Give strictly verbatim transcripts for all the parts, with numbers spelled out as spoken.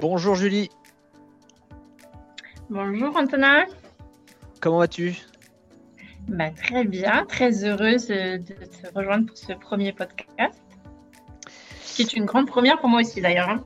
Bonjour Julie. Bonjour Antonin. Comment vas-tu? Bah, très bien, très heureuse de te rejoindre pour ce premier podcast, qui est une grande première pour moi aussi d'ailleurs. Hein.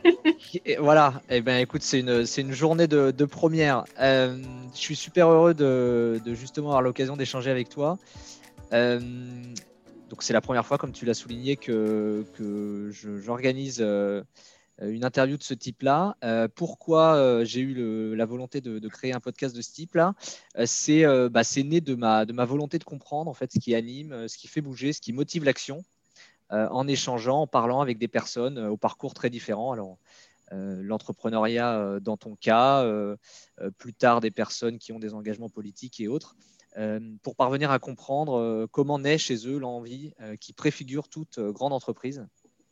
Et voilà, eh ben, écoute, c'est une, c'est une journée de, de première. Euh, je suis super heureux de, de justement avoir l'occasion d'échanger avec toi. Euh, donc c'est la première fois, comme tu l'as souligné, que, que je, j'organise euh, une interview de ce type-là. Euh, pourquoi euh, j'ai eu le, la volonté de, de créer un podcast de ce type-là? Euh, c'est, euh, bah, c'est né de ma, de ma volonté de comprendre en fait, ce qui anime, euh, ce qui fait bouger, ce qui motive l'action, euh, en échangeant, en parlant avec des personnes euh, au parcours très différents. Alors, euh, l'entrepreneuriat euh, dans ton cas, euh, euh, plus tard des personnes qui ont des engagements politiques et autres, euh, pour parvenir à comprendre euh, comment naît chez eux l'envie euh, qui préfigure toute euh, grande entreprise.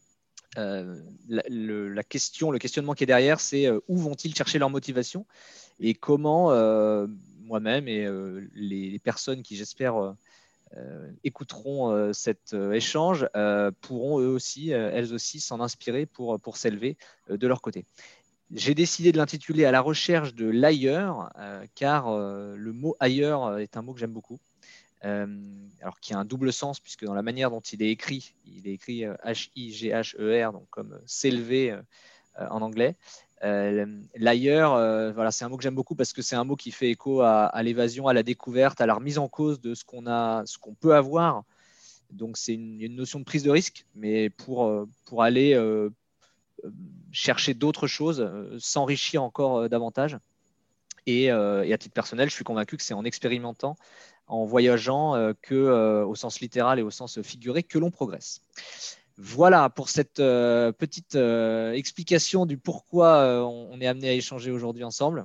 Euh, la, le, la question, le questionnement qui est derrière, c'est euh, où vont-ils chercher leur motivation et comment euh, moi-même et euh, les, les personnes qui, j'espère, euh, euh, écouteront euh, cet euh, échange euh, pourront eux aussi, euh, elles aussi, s'en inspirer pour, pour s'élever euh, de leur côté. J'ai décidé de l'intituler À la recherche de l'ailleurs, euh, car euh, le mot ailleurs est un mot que j'aime beaucoup. Euh, alors qui a un double sens, puisque dans la manière dont il est écrit, il est écrit euh, H I G H E R, donc comme euh, s'élever euh, en anglais. Euh, l'ailleurs, euh, voilà, c'est un mot que j'aime beaucoup parce que c'est un mot qui fait écho à, à l'évasion, à la découverte, à la remise en cause de ce qu'on a, ce qu'on peut avoir. Donc c'est une, une notion de prise de risque, mais pour, euh, pour aller euh, chercher d'autres choses, euh, s'enrichir encore euh, davantage. Et, euh, et à titre personnel, je suis convaincu que c'est en expérimentant, en voyageant, euh, que, euh, au sens littéral et au sens figuré, que l'on progresse. Voilà pour cette euh, petite euh, explication du pourquoi euh, on, on est amené à échanger aujourd'hui ensemble.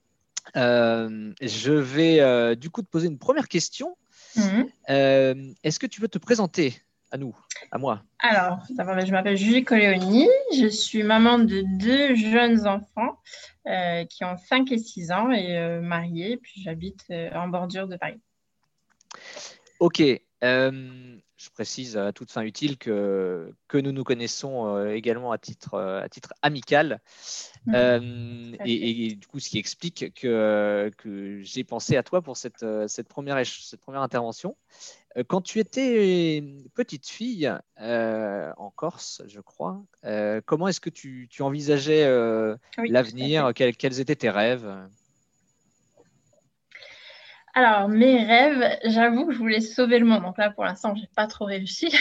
Euh, je vais euh, du coup te poser une première question. Mmh. Euh, est-ce que tu veux te présenter à nous, à moi? Alors, d'abord, je m'appelle Julie Coléoni, je suis maman de deux jeunes enfants euh, qui ont cinq et six ans et euh, mariée, puis j'habite euh, en bordure de Paris. Ok, euh, je précise à toute fin utile que, que nous nous connaissons euh, également à titre, euh, à titre amical. Mmh. Euh, et, et du coup, ce qui explique que, que j'ai pensé à toi pour cette, cette, première, cette première intervention. Quand tu étais petite fille euh, en Corse, je crois, euh, comment est-ce que tu, tu envisageais euh, Oui, tout à fait. l'avenir? quels, quels étaient tes rêves? Alors, mes rêves, j'avoue que je voulais sauver le monde. Donc là, pour l'instant, je n'ai pas trop réussi.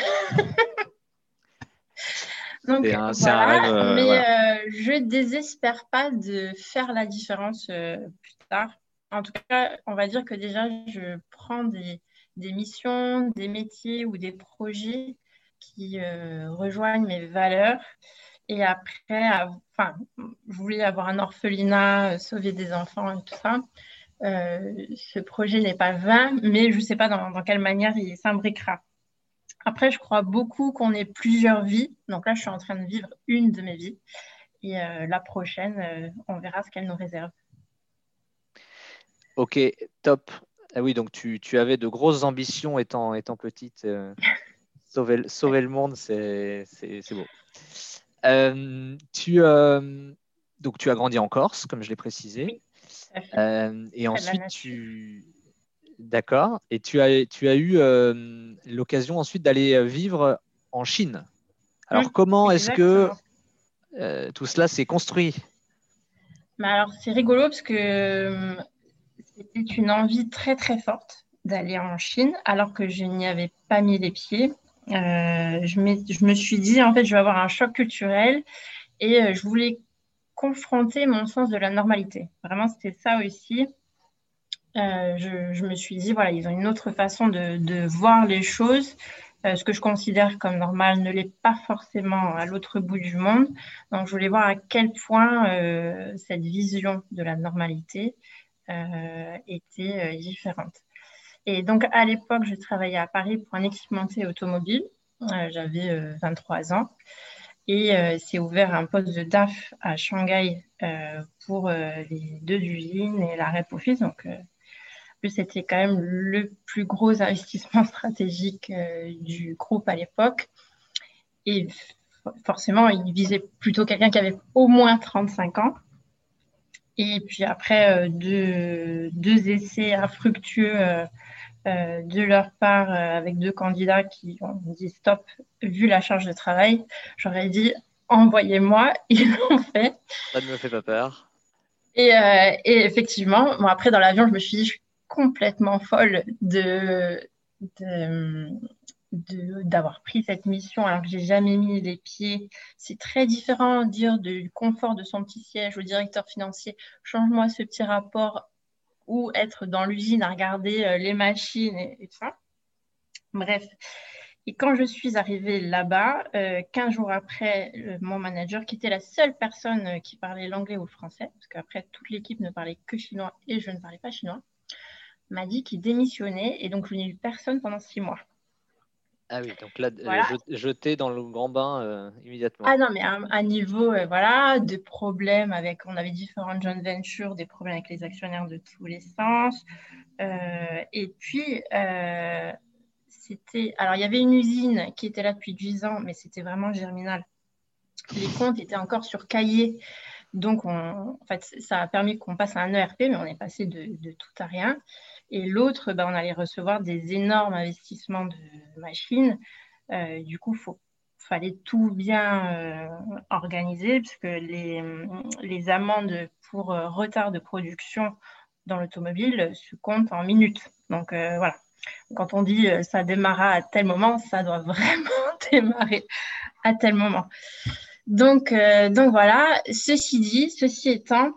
Donc C'est un, c'est un voilà, rêve, euh, mais voilà. euh, je désespère pas de faire la différence euh, plus tard. En tout cas, on va dire que déjà, je prends des, des missions, des métiers ou des projets qui euh, rejoignent mes valeurs. Et après, enfin, je voulais avoir un orphelinat, euh, sauver des enfants et tout ça. Euh, ce projet n'est pas vain, mais je ne sais pas dans, dans quelle manière il s'imbriquera. Après, je crois beaucoup qu'on ait plusieurs vies. Donc là, je suis en train de vivre une de mes vies. Et euh, la prochaine, euh, on verra ce qu'elle nous réserve. Ok, top. Ah oui, donc tu, tu avais de grosses ambitions étant, étant petite. Euh, sauver, Ouais. sauver le monde, c'est, c'est, c'est beau. Euh, tu, euh, donc tu as grandi en Corse, comme je l'ai précisé. Oui, tout à fait. Euh, et Près de la ensuite, nature. tu... D'accord. Et tu as, tu as eu euh, l'occasion ensuite d'aller vivre en Chine. Alors, Hum, comment est-ce que exactement. euh, tout cela s'est construit? Mais alors, c'est rigolo parce que euh, c'était une envie très, très forte d'aller en Chine, alors que je n'y avais pas mis les pieds. Euh, je, je me suis dit, en fait, je vais avoir un choc culturel et euh, je voulais confronter mon sens de la normalité. Vraiment, c'était ça aussi. Euh, je, je me suis dit, voilà, ils ont une autre façon de, de voir les choses. Euh, ce que je considère comme normal ne l'est pas forcément à l'autre bout du monde. Donc, je voulais voir à quel point euh, cette vision de la normalité euh, était euh, différente. Et donc, à l'époque, je travaillais à Paris pour un équipementier automobile. Euh, j'avais euh, vingt-trois ans. Et euh, s'est ouvert un poste de D A F à Shanghai euh, pour euh, les deux usines et la rep office. Donc, euh, c'était quand même le plus gros investissement stratégique euh, du groupe à l'époque. Et forcément, il visait plutôt quelqu'un qui avait au moins trente-cinq ans. Et puis après, euh, deux, deux essais infructueux euh, euh, de leur part euh, avec deux candidats qui ont dit stop, vu la charge de travail, j'aurais dit envoyez-moi, ils l'ont fait. Ça ne me fait pas peur. Et, euh, et effectivement, bon, après dans l'avion, je me suis dit, je suis complètement folle de, de, de- d'avoir pris cette mission alors que j'ai jamais mis les pieds. C'est très différent de dire du confort de son petit siège au directeur financier, change-moi ce petit rapport, ou être dans l'usine à regarder euh, les machines et, et tout ça. Bref. Et quand je suis arrivée là-bas, euh, quinze jours après, euh, mon manager, qui était la seule personne euh, qui parlait l'anglais ou le français, parce qu'après, toute l'équipe ne parlait que chinois et je ne parlais pas chinois, m'a dit qu'il démissionnait et donc je n'ai eu personne pendant six mois. Ah oui, donc là, euh, Voilà. je- jeté dans le grand bain euh, immédiatement. Ah non, mais à un niveau, euh, voilà, de problèmes avec, on avait différentes joint ventures, des problèmes avec les actionnaires de tous les sens. Euh, et puis, euh, c'était, alors il y avait une usine qui était là depuis dix ans, mais c'était vraiment germinal. Les comptes étaient encore sur cahier. Donc, on, en fait, ça a permis qu'on passe à un E R P, mais on est passé de, de tout à rien. Et l'autre, ben, on allait recevoir des énormes investissements de machines. Euh, du coup, il fallait tout bien euh, organiser, puisque les, les amendes pour euh, retard de production dans l'automobile se comptent en minutes. Donc, euh, voilà. Quand on dit euh, ça démarra à tel moment, ça doit vraiment démarrer à tel moment. Donc, euh, donc voilà, ceci dit, ceci étant,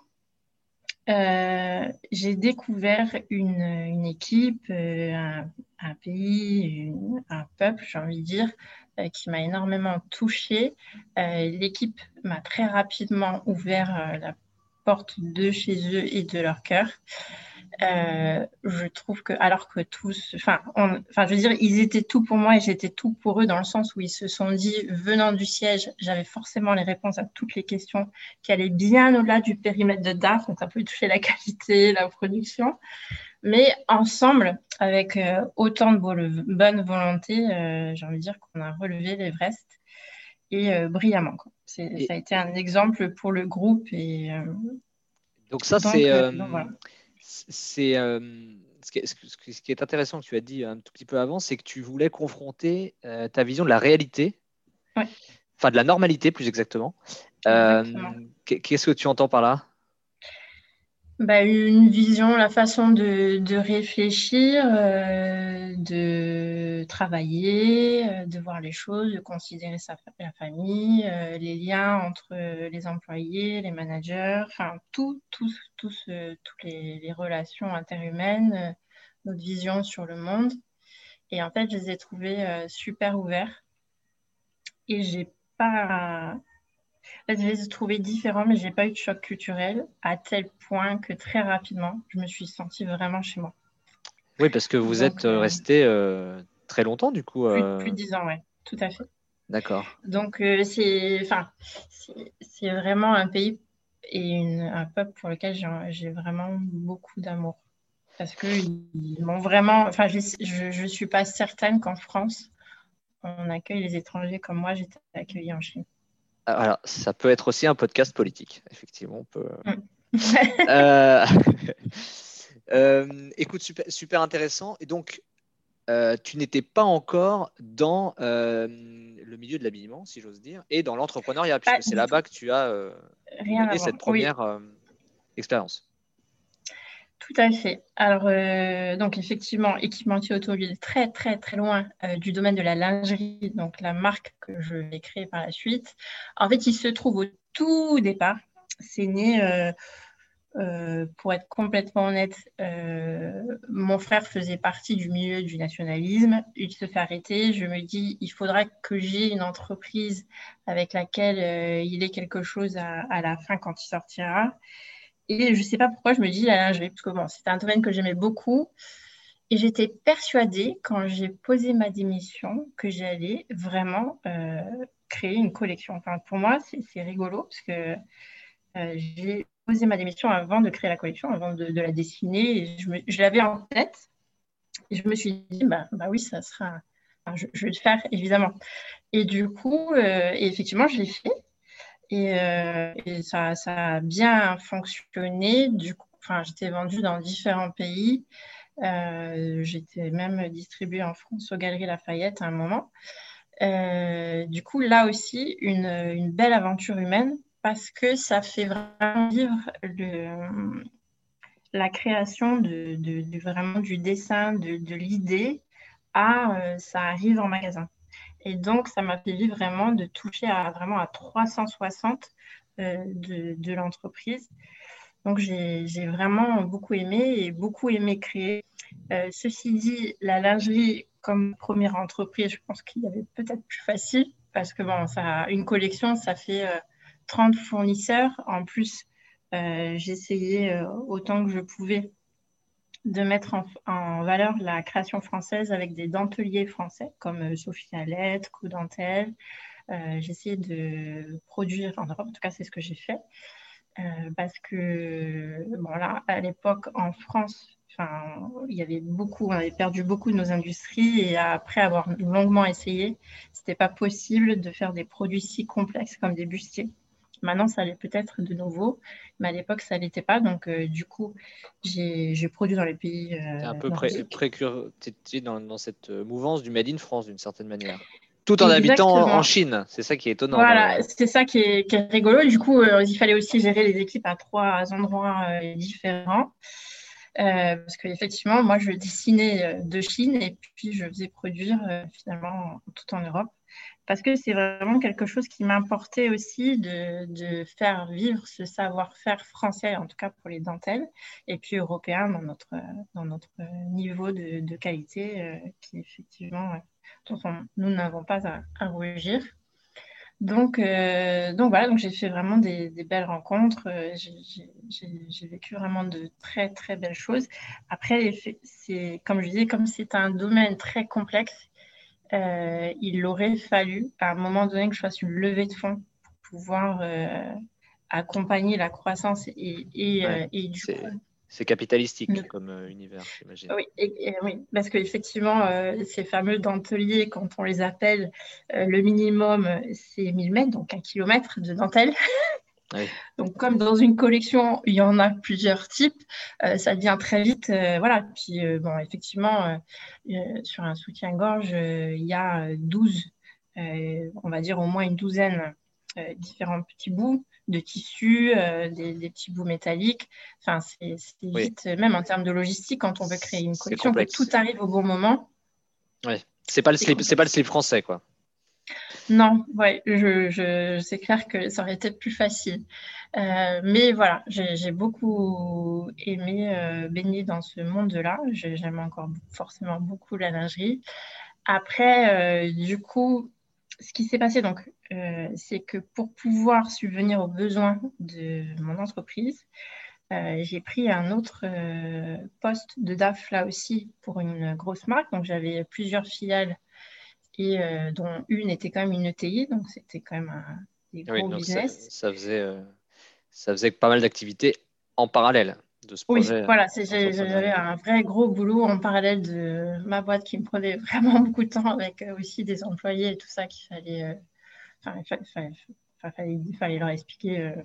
euh, j'ai découvert une, une équipe, euh, un, un pays, une- un peuple, j'ai envie de dire, euh, qui m'a énormément touchée. Euh, l'équipe m'a très rapidement ouvert euh, la porte de chez eux et de leur cœur. Euh, je trouve que, alors que tous, enfin, on- enfin, je veux dire, ils étaient tout pour moi et j'étais tout pour eux dans le sens où ils se sont dit, venant du siège, j'avais forcément les réponses à toutes les questions qui allaient bien au-delà du périmètre de D A F, donc ça peut toucher la qualité, la production, mais ensemble, avec euh, autant de bo- bonne volonté, euh, j'ai envie de dire qu'on a relevé l'Everest et euh, brillamment, quoi. C'est, Et ça a été un exemple pour le groupe et euh, donc ça, c'est donc, euh, euh, donc voilà. c'est euh, ce qui est, ce qui- ce qui est intéressant que tu as dit un tout petit peu avant, c'est que tu voulais confronter euh, ta vision de la réalité, Ouais, enfin de la normalité plus exactement. exactement. Euh, qu'est- Qu'est-ce que tu entends par là? Bah, une vision, la façon de, de réfléchir, euh, de travailler, euh, de voir les choses, de considérer sa, fa- la famille, euh, les liens entre les employés, les managers, enfin tout, tout, tout ce- toutes les, les relations interhumaines, euh, notre vision sur le monde. Et en fait, je les ai trouvés euh, super ouverts et j'ai pas, fait, je les ai trouvés différents, mais j'ai pas eu de choc culturel à tel point que très rapidement, je me suis sentie vraiment chez moi. Oui, parce que vous êtes Donc, euh, euh, resté euh, très longtemps du coup. plus, plus euh, de dix ans, ouais, tout à fait. D'accord. Donc, euh, c'est, enfin, c'est c'est vraiment un pays et une- un peuple pour lequel j'ai j'ai vraiment beaucoup d'amour. Parce qu'ils m'ont vraiment. Enfin, je ne suis pas certaine qu'en France, on accueille les étrangers comme moi, j'étais accueillie en Chine. Ah, voilà, ça peut être aussi un podcast politique, effectivement. On peut. Mm. Euh, euh, écoute, super, super intéressant. Et donc, euh, tu n'étais pas encore dans euh, le milieu de l'habillement, si j'ose dire, et dans l'entrepreneuriat, Pas puisque c'est du tout, là-bas que tu as euh, rien à mené voir. cette Oui, première euh, expérience. tout à fait. Alors, euh, donc effectivement, équipementier automobile, très, très, très loin euh, du domaine de la lingerie, donc la marque que je vais créer par la suite. En fait, il se trouve au tout départ, c'est né, euh, euh, pour être complètement honnête, euh, mon frère faisait partie du milieu du nationalisme. Il se fait arrêter. Je me dis, il faudra que j'ai une entreprise avec laquelle euh, il ait quelque chose à, à la fin quand il sortira. Et je ne sais pas pourquoi je me dis la lingerie, parce que bon, c'était un domaine que j'aimais beaucoup. Et j'étais persuadée, quand j'ai posé ma démission, que j'allais vraiment euh, créer une collection. Enfin, pour moi, c'est c'est rigolo, parce que euh, j'ai posé ma démission avant de créer la collection, avant de, de la dessiner. Et je me- je l'avais en tête. Et je me suis dit, bah, bah oui, ça sera, enfin, je, je vais le faire évidemment. Et du coup, euh, et effectivement, je l'ai fait. Et, euh, et ça, ça a bien fonctionné. Du coup, enfin, j'étais vendue dans différents pays. Euh, j'étais même distribuée en France aux Galeries Lafayette à un moment. Euh, du coup, là aussi, une, une belle aventure humaine parce que ça fait vraiment vivre le, la création de, de, de vraiment du dessin, de, de l'idée à euh, ça arrive en magasin. Et donc, ça m'a fait vivre vraiment de toucher à, vraiment à trois cent soixante euh, de, de l'entreprise. Donc, j'ai, j'ai vraiment beaucoup aimé et beaucoup aimé créer. Euh, ceci dit, la lingerie, comme première entreprise, je pense qu'il y avait peut-être plus facile parce que, bon, ça, une collection, ça fait euh, trente fournisseurs. En plus, euh, j'essayais euh, autant que je pouvais de mettre en, en valeur la création française avec des denteliers français comme euh, Sophie Alette, Coudentelle. Euh, j'ai essayé de produire en Europe, en tout cas c'est ce que j'ai fait, euh, parce que bon là à l'époque en France, enfin il y avait beaucoup, on avait perdu beaucoup de nos industries et après avoir longuement essayé, c'était pas possible de faire des produits si complexes comme des bustiers. Maintenant, ça l'est peut-être de nouveau, mais à l'époque, ça l'était pas. Donc, euh, du coup, j'ai, j'ai produit dans les pays Tu es un euh, peu pré nordiques. précur... t'es dans, dans cette mouvance du Made in France d'une certaine manière. Tout en habitant en Exactement. Chine. C'est ça qui est étonnant dans Voilà, le. c'est ça qui est, qui est rigolo. Du coup, euh, il fallait aussi gérer les équipes à trois endroits euh, différents. Euh, parce qu'effectivement, moi, je dessinais euh, de Chine et puis je faisais produire euh, finalement tout en Europe. Parce que c'est vraiment quelque chose qui m'importait aussi de, de faire vivre ce savoir-faire français, en tout cas pour les dentelles, et puis européen dans notre, dans notre niveau de, de qualité euh, qui effectivement, euh, dont on- nous n'avons pas à, à rougir. Donc, euh, donc voilà, donc j'ai fait vraiment des, des belles rencontres. euh, J'ai j'ai- j'ai- j'ai vécu vraiment de très, très belles choses. Après, effe- c'est, comme je disais, comme c'est un domaine très complexe, euh, il aurait fallu à un moment donné que je fasse une levée de fonds pour pouvoir euh, accompagner la croissance et, et, Ouais. euh, et du C'est coup, c'est ne capitalistique comme euh, univers, j'imagine. oui, et- et oui, parce qu'effectivement, euh, ces fameux denteliers, quand on les appelle, euh, le minimum, c'est mille mètres, donc un kilomètre de dentelle. Oui. Donc, comme dans une collection, il y en a plusieurs types, euh, ça devient très vite, euh, voilà. Puis, euh, bon, effectivement, euh, euh, sur un soutien-gorge, euh, il y a douze, euh, on va dire au moins une douzaine euh, différents petits bouts de tissu, euh, des, des petits bouts métalliques. Enfin, c'est c'est Oui. vite, même en termes de logistique, quand on veut créer une C'est collection, que tout complexe. arrive au bon moment, Ouais. C'est pas le c'est slip, c'est pas le complexe. slip français, quoi. Non, ouais, je, je, c'est clair que ça aurait été plus facile. Euh, mais voilà, j'ai, j'ai beaucoup aimé euh, baigner dans ce monde-là. J'ai- J'aime encore forcément beaucoup la lingerie. Après, euh, du coup, ce qui s'est passé, donc, euh, c'est que pour pouvoir subvenir aux besoins de mon entreprise, euh, j'ai pris un autre euh, poste de D A F là aussi pour une grosse marque. Donc, j'avais plusieurs filiales et euh, dont une était quand même une E T I, donc c'était quand même un, des Oui, gros donc ça, business. ça faisait, euh, ça faisait pas mal d'activités en parallèle de ce Oui, projet voilà, c'est- j'ai- j'avais entrepreneurial. un vrai gros boulot en parallèle de ma boîte qui me prenait vraiment beaucoup de temps avec euh, aussi des employés et tout ça qu'il fallait, euh, enfin, il fallait, fallait, fallait, il fallait leur expliquer euh,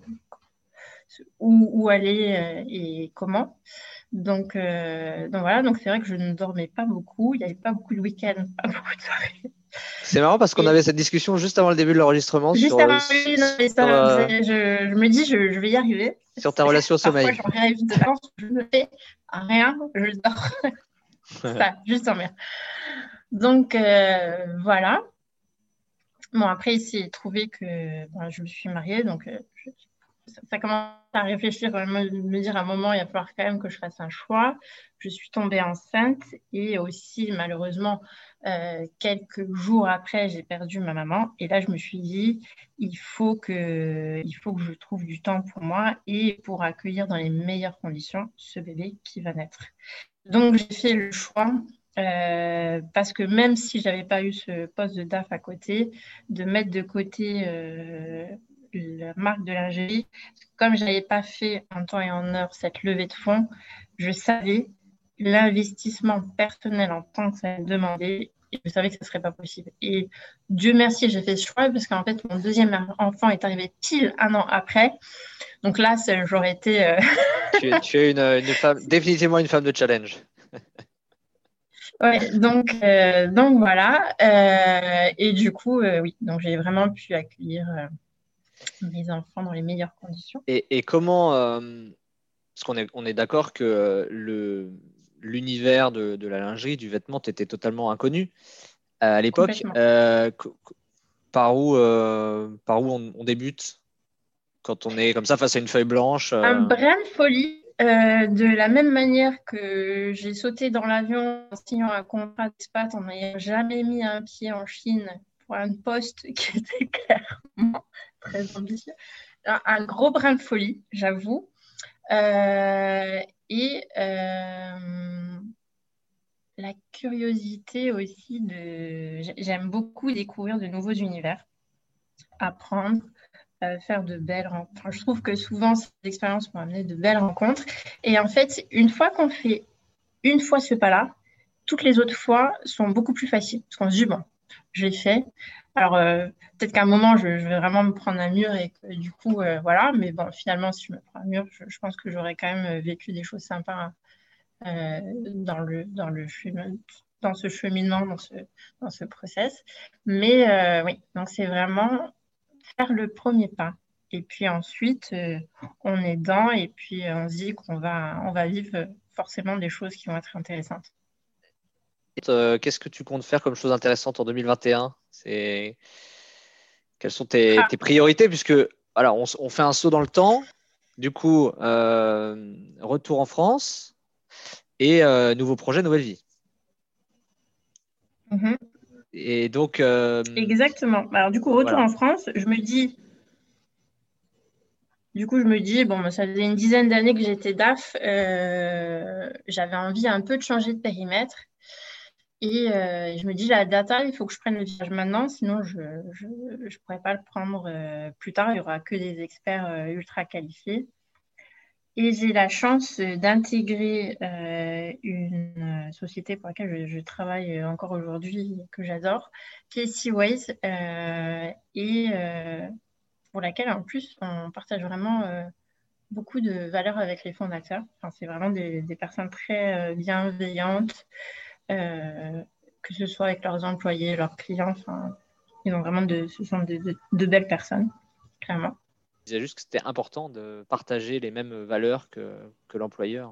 où, où aller euh, et comment. Donc, euh, donc voilà, donc c'est vrai que je ne dormais pas beaucoup, il n'y avait pas beaucoup de week-ends, pas beaucoup de soirées. C'est marrant parce qu'on Et avait cette discussion juste avant le début de l'enregistrement juste sur, euh, avant, oui, non, mais sur, ça euh, faisait- je, je me dis, je, je vais y arriver. sur ta relation au Parfois, sommeil. j'en arrive de vacances, je ne fais rien, je dors. Ça, juste dormir. Donc, euh, voilà. Bon, après, il s'est trouvé que bon, je me suis mariée, donc euh, je- ça, ça commence à réfléchir, à me, me dire à un moment, il va falloir quand même que je fasse un choix. Je suis tombée enceinte et aussi, malheureusement, euh, quelques jours après, j'ai perdu ma maman. Et là, je me suis dit, il faut que, il faut que je trouve du temps pour moi et pour accueillir dans les meilleures conditions ce bébé qui va naître. Donc, j'ai fait le choix, euh, parce que même si je n'avais pas eu ce poste de D A F à côté, de mettre de côté euh, la marque de lingerie. Comme je n'avais pas fait en temps et en heure cette levée de fonds, je savais l'investissement personnel en tant que ça demandait et je savais que ce ne serait pas possible. Et Dieu merci, j'ai fait ce choix parce qu'en fait, mon deuxième enfant est arrivé pile un an après. Donc là, j'aurais été… Euh... tu, es, tu es une, une femme, définitivement une femme de challenge. Ouais, donc, euh, donc voilà. Euh, et du coup, euh, oui, donc j'ai vraiment pu accueillir euh, mes enfants dans les meilleures conditions. Et, et comment… Euh, parce qu'on est, on est d'accord que le, l'univers de, de la lingerie, du vêtement, t'était totalement inconnu euh, à l'époque. Euh, par où, euh, par où on, on débute quand on est comme ça face à une feuille blanche euh... Un brin de folie. Euh, de la même manière que j'ai sauté dans l'avion en signant un contrat d'expat en n'ayant jamais mis un pied en Chine pour un poste qui était clairement très ambitieux. Un, un gros brin de folie, j'avoue. Euh, et euh, la curiosité aussi de… J'aime beaucoup découvrir de nouveaux univers, apprendre, euh, faire de belles rencontres. Enfin, je trouve que souvent, ces expériences m'ont amené de belles rencontres. Et en fait, une fois qu'on fait une fois ce pas-là, toutes les autres fois sont beaucoup plus faciles. Parce qu'on se dit, bon, je l'ai fait. Alors, euh, peut-être qu'à un moment, je, je vais vraiment me prendre un mur et que du coup, euh, voilà. Mais bon, finalement, si je me prends un mur, je, je pense que j'aurais quand même vécu des choses sympas euh, dans, le, dans, le chemin, dans ce cheminement, dans ce, dans ce process. Mais euh, oui, donc c'est vraiment faire le premier pas. Et puis ensuite, euh, on est dedans et puis on se dit qu'on va, on va vivre forcément des choses qui vont être intéressantes. Euh, qu'est-ce que tu comptes faire comme chose intéressante en deux mille vingt et un? C'est... Quelles sont tes, Ah. tes priorités? Puisque voilà, on, on, fait un saut dans le temps. Du coup, euh, retour en France et euh, nouveau projet, nouvelle vie. Mm-hmm. Et donc, euh, exactement. Alors du coup, retour voilà. en France, je me dis, du coup, je me dis, bon, ça faisait une dizaine d'années que j'étais D A F, euh, j'avais envie un peu de changer de périmètre. Et euh, je me dis, la data, il faut que je prenne le virage maintenant, sinon je ne pourrais pas le prendre euh, plus tard. Il n'y aura que des experts euh, ultra qualifiés. Et j'ai la chance d'intégrer euh, une société pour laquelle je, je travaille encore aujourd'hui, que j'adore, qui est Seaways, euh, et euh, pour laquelle, en plus, on partage vraiment euh, beaucoup de valeurs avec les fondateurs. Enfin, c'est vraiment des, des personnes très euh, bienveillantes, euh, que ce soit avec leurs employés, leurs clients. Enfin, ils ont vraiment de, ce sont de, de, de belles personnes, clairement. Je disais juste que c'était important de partager les mêmes valeurs que, que l'employeur,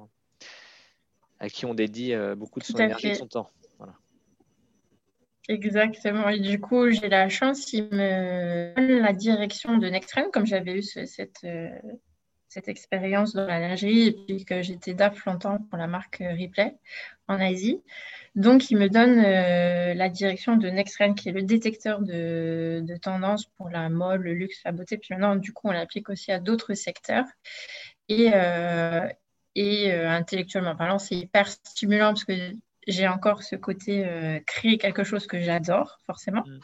à qui on dédie beaucoup de son énergie et de son temps. Voilà. Exactement. Et du coup, j'ai la chance qu'ils me donnent la direction de Nexttrend, comme j'avais eu ce, cette, euh, cette expérience dans la lingerie et puis que j'étais D A F longtemps pour la marque Ripley en Asie. Donc, ils me donnent euh, la direction de Nexttrend, qui est le détecteur de, de tendance pour la mode, le luxe, la beauté. Puis maintenant, du coup, on l'applique aussi à d'autres secteurs. Et, euh, et euh, intellectuellement parlant, c'est hyper stimulant parce que j'ai encore ce côté euh, créer quelque chose que j'adore, forcément. Mm.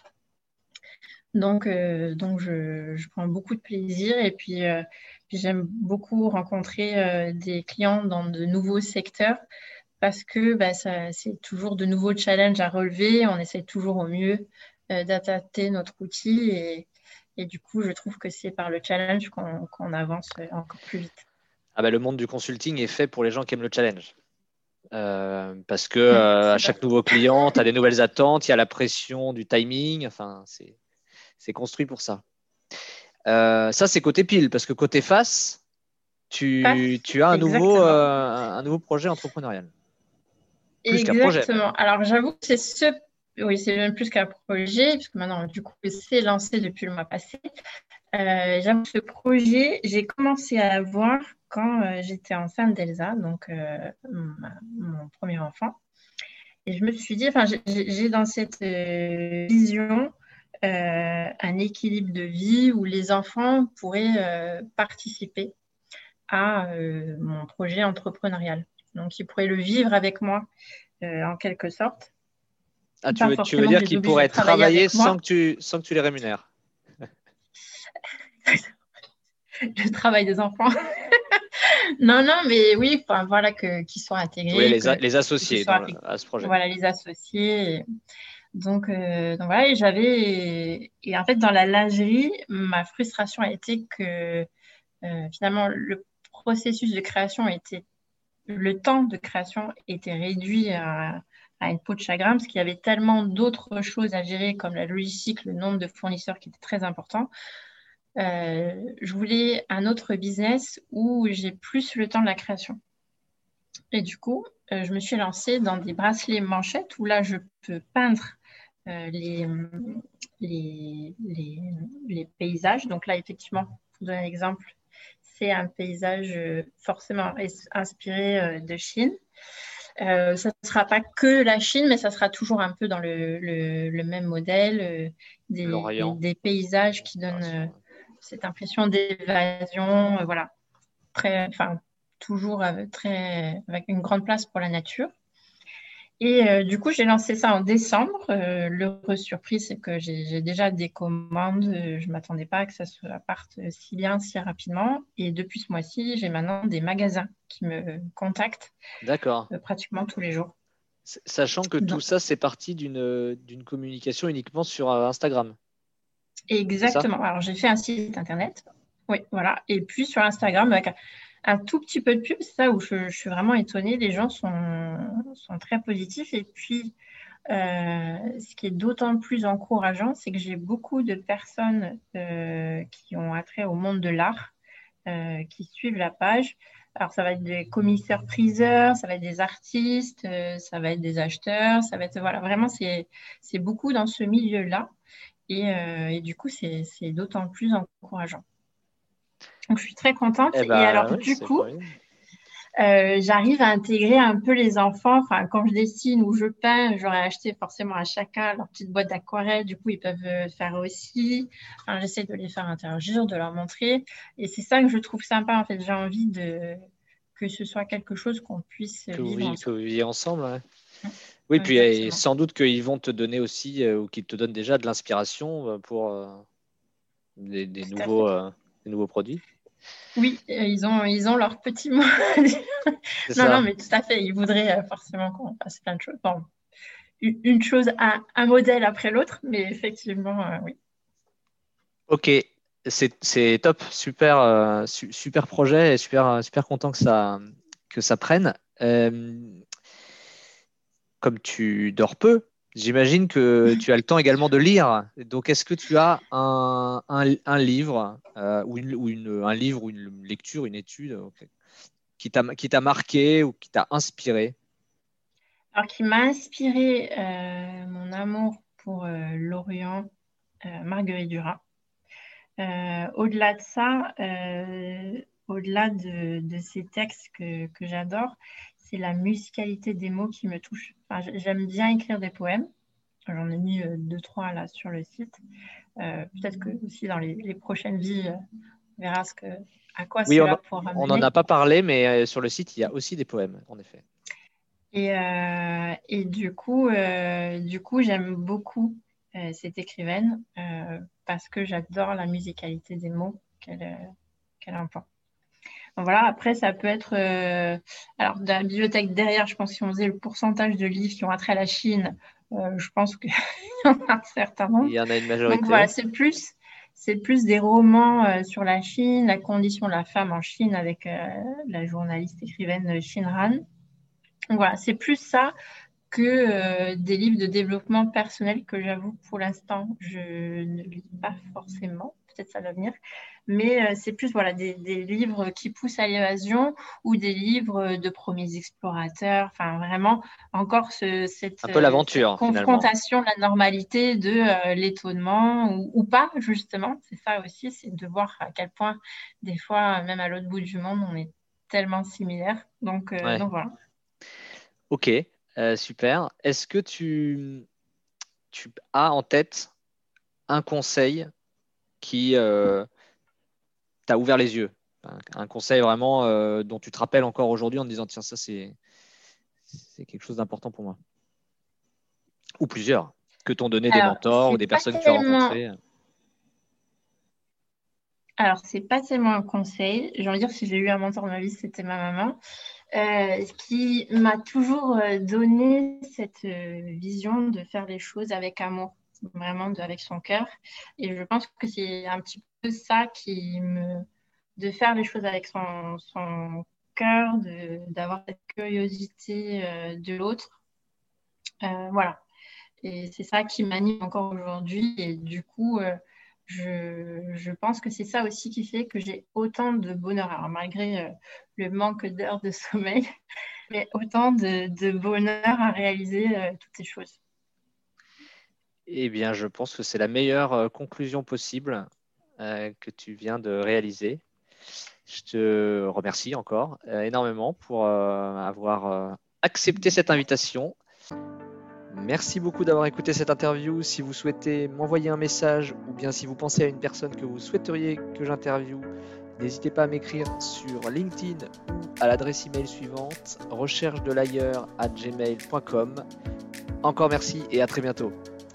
Donc, euh, donc je, je prends beaucoup de plaisir et puis, euh, puis j'aime beaucoup rencontrer euh, des clients dans de nouveaux secteurs parce que bah, ça, c'est toujours de nouveaux challenges à relever. On essaie toujours au mieux euh, d'adapter notre outil et, et du coup, je trouve que c'est par le challenge qu'on, qu'on avance encore plus vite. Ah bah, le monde du consulting est fait pour les gens qui aiment le challenge. Euh, parce que euh, à chaque nouveau client, tu as des nouvelles attentes, il y a la pression du timing, enfin, c'est, c'est construit pour ça. Euh, ça, c'est côté pile, parce que côté face, tu, face, tu as un nouveau, euh, un nouveau projet entrepreneurial. Plus exactement. Qu'un projet. Alors, j'avoue que c'est ce. Oui, c'est même plus qu'un projet, puisque maintenant, du coup, c'est lancé depuis le mois passé. Euh, j'avoue que ce projet, j'ai commencé à le voir quand euh, j'étais enceinte d'Elsa, donc euh, ma, mon premier enfant. Et je me suis dit, enfin, j'ai, j'ai dans cette euh, vision euh, un équilibre de vie où les enfants pourraient euh, participer à euh, mon projet entrepreneurial. Donc, ils pourraient le vivre avec moi euh, en quelque sorte. Ah, tu, veux, tu veux dire qu'ils pourraient travailler, travailler sans, que tu, sans que tu les rémunères? Le travail des enfants. Non, non, mais oui, enfin, voilà, que, qu'ils soient intégrés. Oui, les, que, les associés soient, dans le, à ce projet. Voilà, les associés. Donc, euh, donc voilà, et j'avais. Et en fait, dans la lingerie, ma frustration a été que euh, finalement, le processus de création était. Le temps de création était réduit à, à une peau de chagrin parce qu'il y avait tellement d'autres choses à gérer, comme la logistique, le nombre de fournisseurs qui était très important. Euh, je voulais un autre business où j'ai plus le temps de la création. Et du coup, euh, je me suis lancée dans des bracelets manchettes où là, je peux peindre euh, les, les, les, les paysages. Donc là, effectivement, pour donner un exemple, c'est un paysage euh, forcément es- inspiré euh, de Chine. Euh, ça ne sera pas que la Chine, mais ça sera toujours un peu dans le, le- le même modèle, euh, des, L'Orient. des paysages qui donnent euh, Inspiration. cette impression d'évasion, euh, voilà, très, enfin, toujours avec, très, avec une grande place pour la nature. Et euh, du coup, j'ai lancé ça en décembre. Euh, l'heureuse surprise, c'est que j'ai j'ai déjà des commandes. Euh, je ne m'attendais pas à que ça se parte si bien, si rapidement. Et depuis ce mois-ci, j'ai maintenant des magasins qui me contactent D'accord. euh, pratiquement tous les jours. S- Sachant que tout Donc, ça, c'est parti d'une d'une communication uniquement sur euh, Instagram, c'est ça? exactement. Alors, j'ai fait un site internet. Oui, voilà. Et puis sur Instagram, avec un, un tout petit peu de pub, c'est ça où je, je suis vraiment étonnée. Les gens sont, sont très positifs. Et puis, euh, ce qui est d'autant plus encourageant, c'est que j'ai beaucoup de personnes euh, qui ont attrait au monde de l'art, euh, qui suivent la page. Alors, ça va être des commissaires-priseurs, ça va être des artistes, euh, ça va être des acheteurs, ça va être, voilà, vraiment, c'est, c'est beaucoup dans ce milieu-là. Et, euh, et du coup, c'est c'est d'autant plus encourageant. Donc, je suis très contente. Eh Et alors, ben oui, du c'est coup, formidable. euh, j'arrive à intégrer un peu les enfants. Enfin, quand je dessine ou je peins, j'aurais acheté forcément à chacun leur petite boîte d'aquarelle. Du coup, ils peuvent euh, faire aussi. Enfin, j'essaie de les faire interagir, de leur montrer. Et c'est ça que je trouve sympa. En fait, j'ai envie de que ce soit quelque chose qu'on puisse Que vous, vivre vi- que vous ensemble. viviez ensemble, ouais. Oui, puis et Exactement. sans doute qu'ils vont te donner aussi, euh, ou qu'ils te donnent déjà de l'inspiration euh, pour euh, des, des Tout à nouveaux, fait. euh, des nouveaux produits. Oui, euh, ils ont, ils ont leur petit mot à dire. C'est Non, non, ça. mais tout à fait. Ils voudraient euh, forcément qu'on fasse plein de choses. Bon, une une chose, un, un modèle après l'autre, mais effectivement, euh, oui. Ok, c'est c'est top, super, euh, su- super projet et super, super content que ça, que ça prenne. Euh, comme tu dors peu, j'imagine que tu as le temps également de lire. Donc, est-ce que tu as un, un- un livre euh, ou, une, ou une- un livre ou une lecture, une étude ok, qui t'a, qui t'a marqué ou qui t'a inspiré? Alors, qui m'a inspiré euh, mon amour pour euh, l'Orient, euh, Marguerite Duras. Euh, au-delà de ça, euh, au-delà de, de ces textes que, que j'adore, c'est la musicalité des mots qui me touche. Enfin, j- j'aime bien écrire des poèmes. J'en ai mis euh, deux, trois là sur le site. Euh, peut-être que aussi dans les, les prochaines vies, euh, on verra ce que, à quoi Oui, on cela pourra on n'en mener. a pas parlé, mais euh, sur le site, il y a aussi des poèmes, en effet. Et, euh, et du coup, euh, du coup, j'aime beaucoup euh, cette écrivaine euh, parce que j'adore la musicalité des mots qu'elle euh, qu'elle emploie. Donc voilà, après, ça peut être... euh, alors, de la bibliothèque derrière, je pense que si on faisait le pourcentage de livres qui ont attrait à la Chine, euh, je pense qu'il y en a un certain Il nombre. y en a une Donc voilà, majorité. c'est plus, c'est plus des romans euh, sur la Chine, la condition de la femme en Chine avec euh, la journaliste écrivaine Shin Han. Donc voilà, c'est plus ça que euh, des livres de développement personnel que j'avoue pour l'instant je ne lis pas forcément, peut-être ça va venir, mais euh, c'est plus voilà des, des livres qui poussent à l'évasion ou des livres de premiers explorateurs, enfin vraiment encore ce- cette, Un peu euh, cette l'aventure, finalement. confrontation de la normalité, de euh, l'étonnement ou, ou pas justement, c'est ça aussi, c'est de voir à quel point des fois même à l'autre bout du monde on est tellement similaires, donc, euh, Ouais. donc voilà. Ok, euh, super. Est-ce que tu, tu as en tête un conseil qui euh, t'a ouvert les yeux? Un, un conseil vraiment euh, dont tu te rappelles encore aujourd'hui en te disant, tiens, ça, c'est, c'est quelque chose d'important pour moi. Ou plusieurs, que t'ont donné des Alors, mentors ou c'est des pas personnes que tu as tellement rencontrées. Alors, c'est pas tellement un conseil. J'ai envie de dire, si j'ai eu un mentor dans ma vie, c'était ma maman. euh, qui m'a toujours euh, donné cette euh, vision de faire les choses avec amour, vraiment de, avec son cœur. Et je pense que c'est un petit peu ça qui me... de faire les choses avec son, son cœur, de, d'avoir cette curiosité euh, de l'autre. Euh, voilà. Et c'est ça qui m'anime encore aujourd'hui. Et du coup, euh, je, je pense que c'est ça aussi qui fait que j'ai autant de bonheur. Alors, malgré euh, le manque d'heures de sommeil, mais autant de, de bonheur à réaliser euh, toutes ces choses. Eh bien, je pense que c'est la meilleure euh, conclusion possible euh, que tu viens de réaliser. Je te remercie encore euh, énormément pour euh, avoir euh, accepté cette invitation. Merci beaucoup d'avoir écouté cette interview. Si vous souhaitez m'envoyer un message ou bien si vous pensez à une personne que vous souhaiteriez que j'interviewe, n'hésitez pas à m'écrire sur LinkedIn ou à l'adresse email suivante recherche de l'ailleurs arobase gmail point com. Encore merci et à très bientôt.